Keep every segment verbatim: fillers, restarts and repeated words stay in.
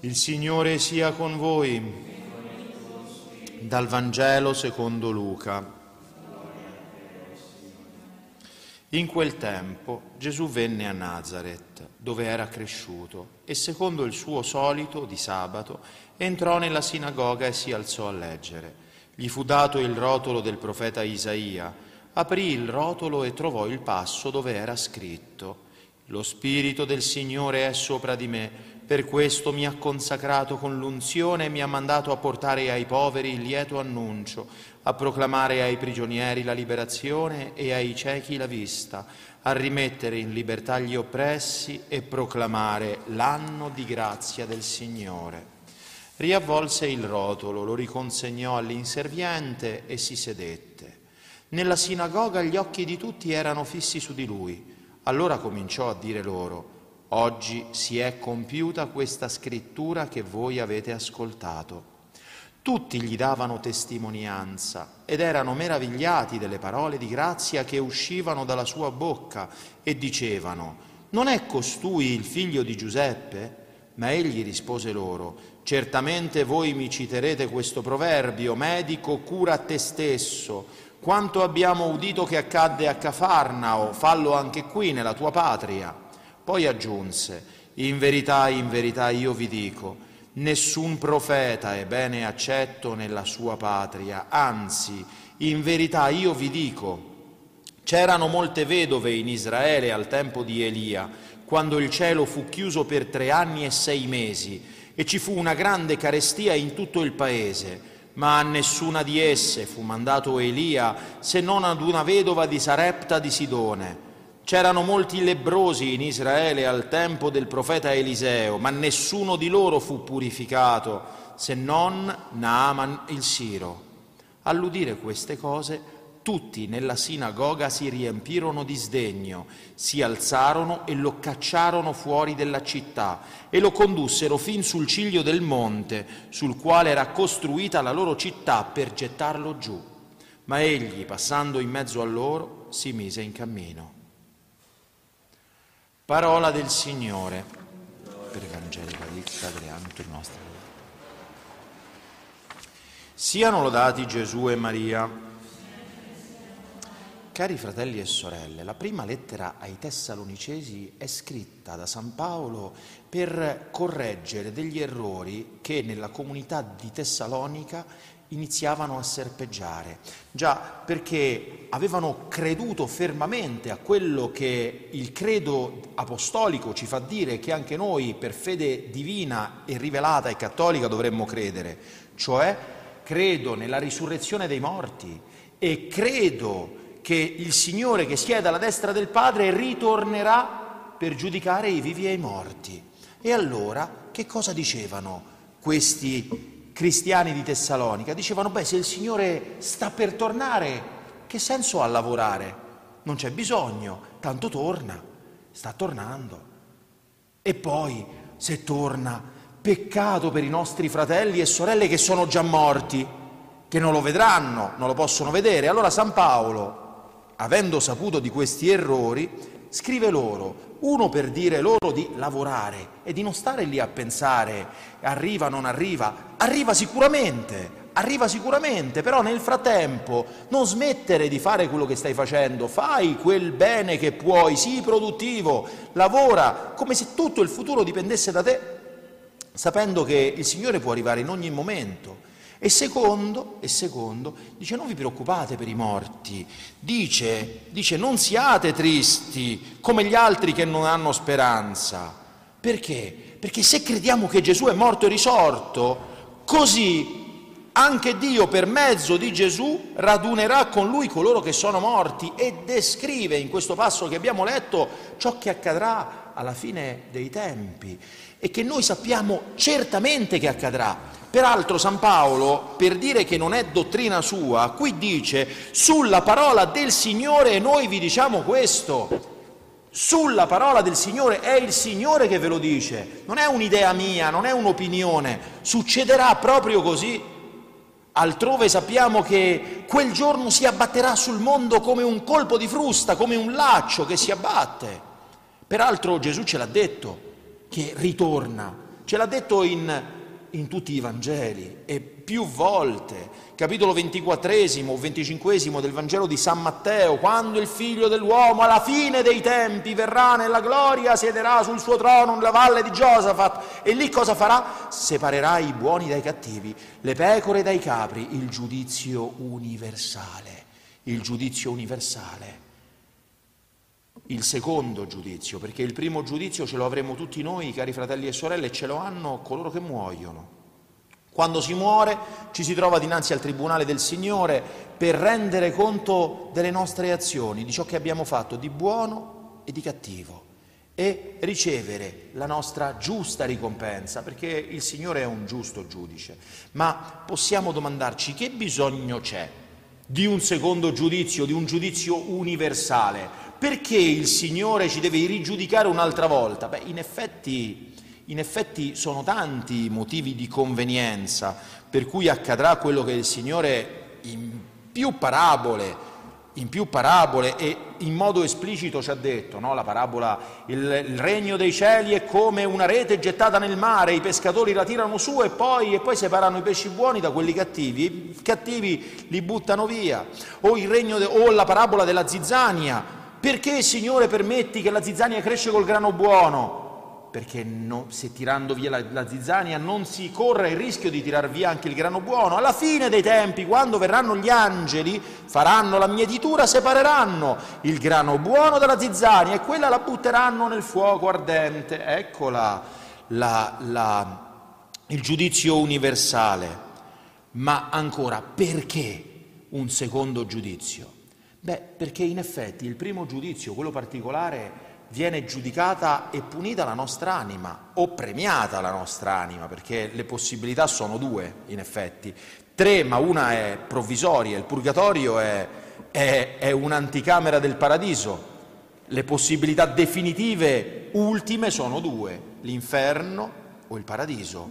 Il Signore sia con voi. Dal Vangelo secondo Luca. In quel tempo Gesù venne a Nazaret, dove era cresciuto, e secondo il suo solito di sabato entrò nella sinagoga e si alzò a leggere. Gli fu dato il rotolo del profeta Isaia. Aprì il rotolo e trovò il passo dove era scritto: «Lo Spirito del Signore è sopra di me, per questo mi ha consacrato con l'unzione e mi ha mandato a portare ai poveri il lieto annuncio, a proclamare ai prigionieri la liberazione e ai ciechi la vista, a rimettere in libertà gli oppressi e proclamare l'anno di grazia del Signore». Riavvolse il rotolo, lo riconsegnò all'inserviente e si sedette. Nella sinagoga gli occhi di tutti erano fissi su di lui. Allora cominciò a dire loro: «Oggi si è compiuta questa scrittura che voi avete ascoltato». Tutti gli davano testimonianza ed erano meravigliati delle parole di grazia che uscivano dalla sua bocca e dicevano: «Non è costui il figlio di Giuseppe?» Ma egli rispose loro: «Certamente voi mi citerete questo proverbio: medico, cura te stesso. Quanto abbiamo udito che accadde a Cafarnao, fallo anche qui nella tua patria». Poi aggiunse: «In verità, in verità io vi dico, nessun profeta è bene accetto nella sua patria. Anzi, in verità io vi dico, c'erano molte vedove in Israele al tempo di Elia, quando il cielo fu chiuso per tre anni e sei mesi, e ci fu una grande carestia in tutto il paese. Ma a nessuna di esse fu mandato Elia, se non ad una vedova di Sarepta di Sidone. C'erano molti lebbrosi in Israele al tempo del profeta Eliseo, ma nessuno di loro fu purificato, se non Naaman il Siro». All'udire queste cose, tutti nella sinagoga si riempirono di sdegno, si alzarono e lo cacciarono fuori della città e lo condussero fin sul ciglio del monte, sul quale era costruita la loro città, per gettarlo giù. Ma egli, passando in mezzo a loro, si mise in cammino. Parola del Signore. Per evangelica ditta il nostro. Siano lodati Gesù e Maria. Cari fratelli e sorelle, la prima lettera ai Tessalonicesi è scritta da San Paolo per correggere degli errori che nella comunità di Tessalonica iniziavano a serpeggiare. Già, perché avevano creduto fermamente a quello che il credo apostolico ci fa dire che anche noi per fede divina e rivelata e cattolica dovremmo credere, cioè credo nella risurrezione dei morti e credo che il Signore che siede alla destra del Padre ritornerà per giudicare i vivi e i morti. E allora che cosa dicevano questi cristiani di Tessalonica? Dicevano: beh, se il Signore sta per tornare, che senso ha lavorare? Non c'è bisogno, tanto torna, sta tornando. E poi, se torna, peccato per i nostri fratelli e sorelle che sono già morti, che non lo vedranno, non lo possono vedere. Allora San Paolo, avendo saputo di questi errori, scrive loro, uno per dire loro di lavorare e di non stare lì a pensare arriva, non arriva, arriva sicuramente, arriva sicuramente, però nel frattempo non smettere di fare quello che stai facendo, fai quel bene che puoi, sii produttivo, lavora come se tutto il futuro dipendesse da te, sapendo che il Signore può arrivare in ogni momento. E secondo, e secondo, dice: non vi preoccupate per i morti, dice, dice non siate tristi come gli altri che non hanno speranza. Perché? Perché se crediamo che Gesù è morto e risorto, così anche Dio per mezzo di Gesù radunerà con Lui coloro che sono morti, e descrive in questo passo che abbiamo letto ciò che accadrà alla fine dei tempi e che noi sappiamo certamente che accadrà. Peraltro San Paolo, per dire che non è dottrina sua, qui dice: sulla parola del Signore noi vi diciamo questo. Sulla parola del Signore, è il Signore che ve lo dice, non è un'idea mia, non è un'opinione, succederà proprio così. Altrove sappiamo che quel giorno si abbatterà sul mondo come un colpo di frusta, come un laccio che si abbatte. Peraltro Gesù ce l'ha detto, che ritorna. ce l'ha detto in, in tutti i Vangeli e più volte. Capitolo ventiquattresimo o venticinquesimo del Vangelo di San Matteo: quando il Figlio dell'uomo alla fine dei tempi verrà nella gloria, siederà sul suo trono nella valle di Giosafat, e lì cosa farà? Separerà i buoni dai cattivi, le pecore dai capri, il giudizio universale, il giudizio universale, il secondo giudizio, perché il primo giudizio ce lo avremo tutti noi, cari fratelli e sorelle, e ce lo hanno coloro che muoiono. Quando si muore ci si trova dinanzi al tribunale del Signore per rendere conto delle nostre azioni, di ciò che abbiamo fatto di buono e di cattivo, e ricevere la nostra giusta ricompensa, perché il Signore è un giusto giudice. Ma possiamo domandarci: che bisogno c'è di un secondo giudizio, di un giudizio universale? Perché il Signore ci deve rigiudicare un'altra volta? Beh, in effetti... In effetti sono tanti i motivi di convenienza per cui accadrà quello che il Signore in più parabole, in più parabole e in modo esplicito ci ha detto, no? La parabola: il, il regno dei cieli è come una rete gettata nel mare, i pescatori la tirano su e poi, e poi separano i pesci buoni da quelli cattivi, i cattivi li buttano via. O, il regno de, o la parabola della zizzania: perché, Signore, permetti che la zizzania cresce col grano buono? Perché no, se tirando via la, la zizzania non si corre il rischio di tirar via anche il grano buono. Alla fine dei tempi, quando verranno gli angeli, faranno la mietitura, separeranno il grano buono dalla zizzania e quella la butteranno nel fuoco ardente. Eccola la, la, il giudizio universale. Ma ancora, perché un secondo giudizio? Beh, perché in effetti il primo giudizio, quello particolare, viene giudicata e punita la nostra anima, o premiata la nostra anima, perché le possibilità sono due, in effetti. Tre, ma una è provvisoria: il purgatorio è, è, è un'anticamera del paradiso. Le possibilità definitive ultime sono due: l'inferno o il paradiso.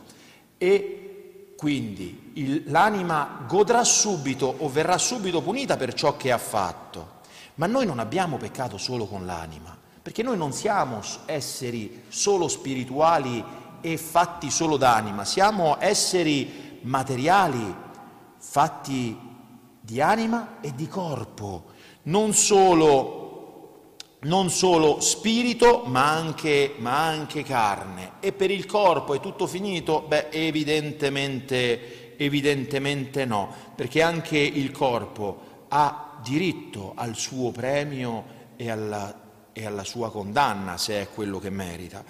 E quindi il, l'anima godrà subito o verrà subito punita per ciò che ha fatto. Ma noi non abbiamo peccato solo con l'anima, perché noi non siamo esseri solo spirituali e fatti solo d'anima, siamo esseri materiali fatti di anima e di corpo, non solo, non solo spirito ma anche, ma anche carne. E per il corpo è tutto finito? Beh, evidentemente, evidentemente no, perché anche il corpo ha diritto al suo premio e alla e alla sua condanna, se è quello che merita.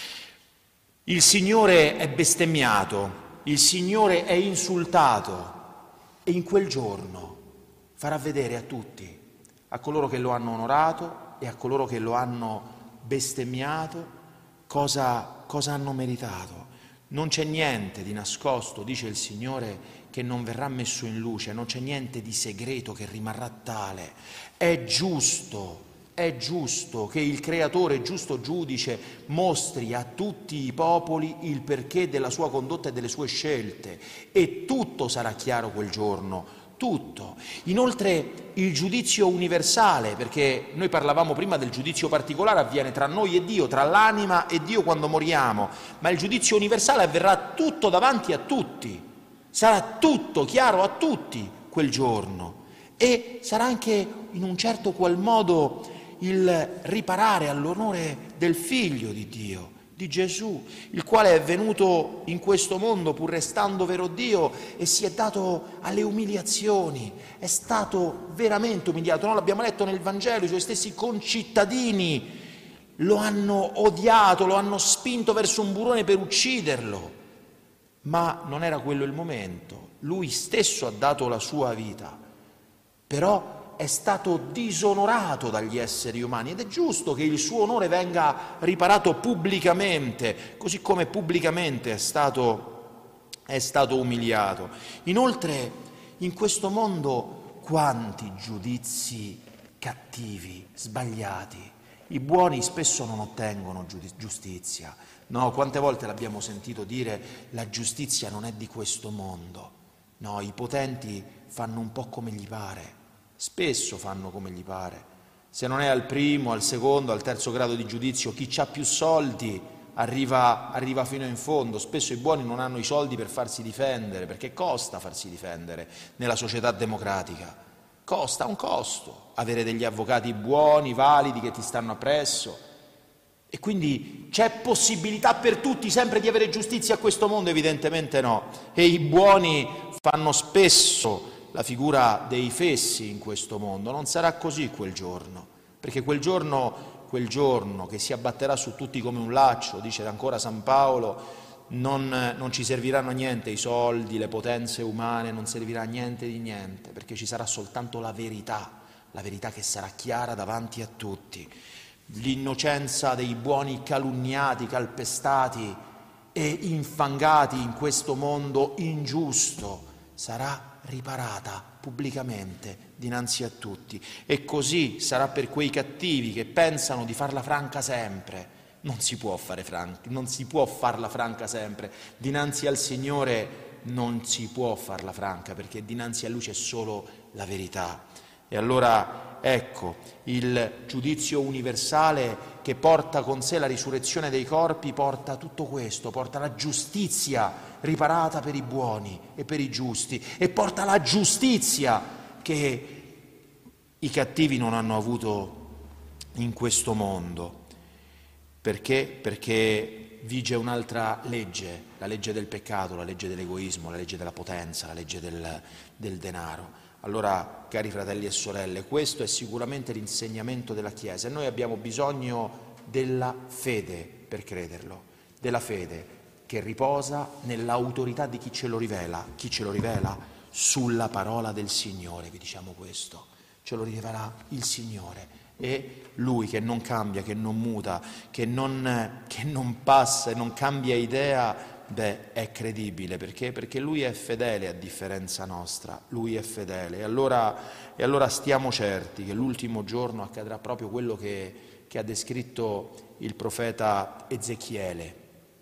Il Signore è bestemmiato, il Signore è insultato, e in quel giorno farà vedere a tutti, a coloro che lo hanno onorato e a coloro che lo hanno bestemmiato, cosa, cosa hanno meritato. Non c'è niente di nascosto, dice il Signore, che non verrà messo in luce, non c'è niente di segreto che rimarrà tale. È giusto È giusto che il Creatore, giusto giudice, mostri a tutti i popoli il perché della sua condotta e delle sue scelte, e tutto sarà chiaro quel giorno, tutto. Inoltre il giudizio universale, perché noi parlavamo prima del giudizio particolare, avviene tra noi e Dio, tra l'anima e Dio quando moriamo, ma il giudizio universale avverrà tutto davanti a tutti, sarà tutto chiaro a tutti quel giorno, e sarà anche in un certo qual modo il riparare all'onore del Figlio di Dio, di Gesù, il quale è venuto in questo mondo pur restando vero Dio e si è dato alle umiliazioni, è stato veramente umiliato. Noi l'abbiamo letto nel Vangelo, i suoi stessi concittadini lo hanno odiato, lo hanno spinto verso un burrone per ucciderlo, ma non era quello il momento. Lui stesso ha dato la sua vita, però è stato disonorato dagli esseri umani, ed è giusto che il suo onore venga riparato pubblicamente, così come pubblicamente è stato, è stato umiliato. Inoltre, in questo mondo quanti giudizi cattivi, sbagliati. I buoni spesso non ottengono giustizia. No, quante volte l'abbiamo sentito dire: la giustizia non è di questo mondo. No, i potenti fanno un po' come gli pare. Spesso fanno come gli pare. Se non è al primo, al secondo, al terzo grado di giudizio, chi ha più soldi arriva, arriva fino in fondo. Spesso i buoni non hanno i soldi per farsi difendere, perché costa farsi difendere nella società democratica. Costa, un costo avere degli avvocati buoni, validi, che ti stanno appresso. E quindi c'è possibilità per tutti sempre di avere giustizia a questo mondo? Evidentemente no. E i buoni fanno spesso la figura dei fessi in questo mondo. Non sarà così quel giorno, perché quel giorno, quel giorno che si abbatterà su tutti come un laccio, dice ancora San Paolo, non, non ci serviranno a niente i soldi, le potenze umane, non servirà a niente di niente, perché ci sarà soltanto la verità, la verità che sarà chiara davanti a tutti. L'innocenza dei buoni calunniati, calpestati e infangati in questo mondo ingiusto sarà riparata pubblicamente dinanzi a tutti, e così sarà per quei cattivi che pensano di farla franca sempre. Non si può fare franca, non si può farla franca sempre. Dinanzi al Signore non si può farla franca, perché dinanzi a Lui c'è solo la verità. E allora ecco, il giudizio universale che porta con sé la risurrezione dei corpi porta tutto questo, porta la giustizia riparata per i buoni e per i giusti, e porta la giustizia che i cattivi non hanno avuto in questo mondo. Perché? Perché vige un'altra legge, la legge del peccato, la legge dell'egoismo, la legge della potenza, la legge del, del denaro. Allora, cari fratelli e sorelle, questo è sicuramente l'insegnamento della Chiesa, e noi abbiamo bisogno della fede per crederlo, della fede che riposa nell'autorità di chi ce lo rivela. Chi ce lo rivela? Sulla parola del Signore, vi diciamo questo, ce lo rivela il Signore. E Lui che non cambia, che non muta, che non, che non passa e non cambia idea, beh, è credibile. Perché? Perché Lui è fedele a differenza nostra, Lui è fedele. E allora, e allora stiamo certi che l'ultimo giorno accadrà proprio quello che, che ha descritto il profeta Ezechiele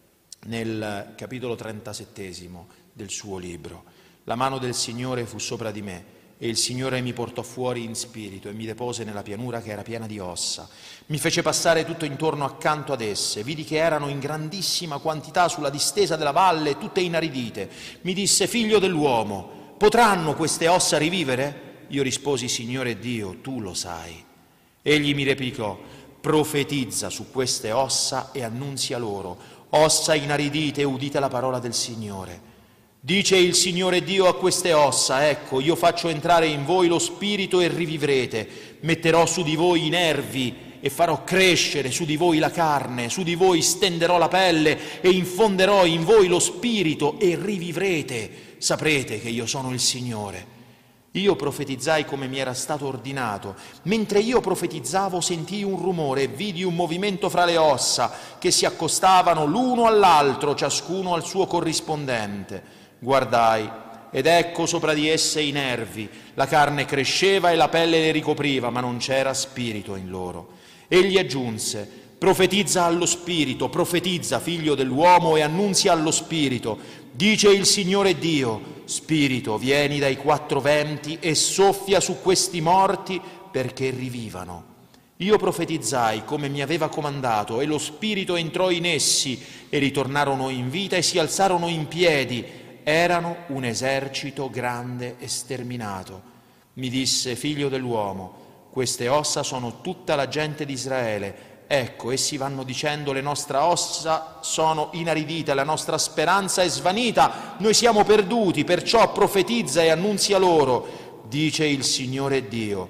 nel capitolo trentasettesimo del suo libro. La mano del Signore fu sopra di me, e il Signore mi portò fuori in spirito e mi depose nella pianura che era piena di ossa. Mi fece passare tutto intorno accanto ad esse. Vidi che erano in grandissima quantità sulla distesa della valle, tutte inaridite. Mi disse: figlio dell'uomo, potranno queste ossa rivivere? Io risposi: Signore Dio, tu lo sai. Egli mi replicò: profetizza su queste ossa e annunzia loro: ossa inaridite, udite la parola del Signore. Dice il Signore Dio a queste ossa: ecco, io faccio entrare in voi lo spirito e rivivrete, metterò su di voi i nervi e farò crescere su di voi la carne, su di voi stenderò la pelle e infonderò in voi lo spirito e rivivrete. Saprete che io sono il Signore. Io profetizzai come mi era stato ordinato. Mentre io profetizzavo sentii un rumore e vidi un movimento fra le ossa che si accostavano l'uno all'altro, ciascuno al suo corrispondente. Guardai, ed ecco sopra di esse i nervi, la carne cresceva e la pelle le ricopriva, ma non c'era spirito in loro. Egli aggiunse: profetizza allo spirito, profetizza, figlio dell'uomo, e annunzia allo spirito. Dice il Signore Dio: spirito, vieni dai quattro venti e soffia su questi morti perché rivivano. Io profetizzai come mi aveva comandato, e lo spirito entrò in essi e ritornarono in vita e si alzarono in piedi. Erano un esercito grande e sterminato. Mi disse: figlio dell'uomo, queste ossa sono tutta la gente di Israele. Ecco, essi vanno dicendo: le nostre ossa sono inaridite, la nostra speranza è svanita, noi siamo perduti, perciò profetizza e annunzia loro. Dice il Signore Dio: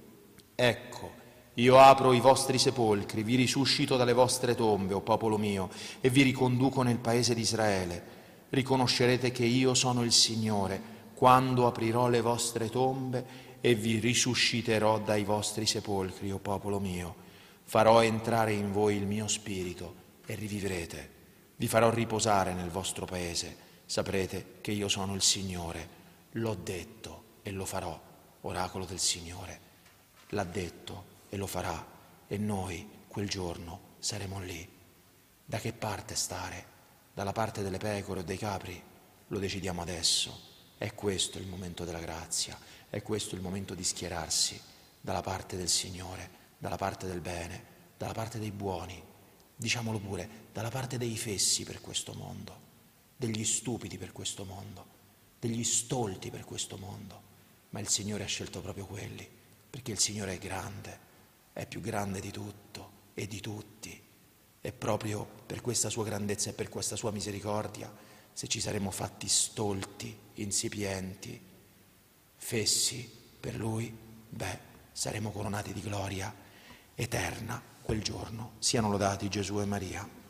ecco, io apro i vostri sepolcri, vi risuscito dalle vostre tombe, o popolo mio, e vi riconduco nel paese di Israele. Riconoscerete che io sono il Signore quando aprirò le vostre tombe e vi risusciterò dai vostri sepolcri, o popolo mio. Farò entrare in voi il mio spirito e rivivrete. Vi farò riposare nel vostro paese. Saprete che io sono il Signore. L'ho detto e lo farò. Oracolo del Signore. L'ha detto e lo farà. E noi quel giorno saremo lì. Da che parte stare? Dalla parte delle pecore o dei capri? Lo decidiamo adesso. È questo il momento della grazia, è questo il momento di schierarsi dalla parte del Signore, dalla parte del bene, dalla parte dei buoni, diciamolo pure, dalla parte dei fessi per questo mondo, degli stupidi per questo mondo, degli stolti per questo mondo, ma il Signore ha scelto proprio quelli, perché il Signore è grande, è più grande di tutto e di tutti, e proprio per questa sua grandezza e per questa sua misericordia, se ci saremmo fatti stolti, insipienti, fessi per Lui, beh, saremo coronati di gloria eterna quel giorno. Siano lodati Gesù e Maria.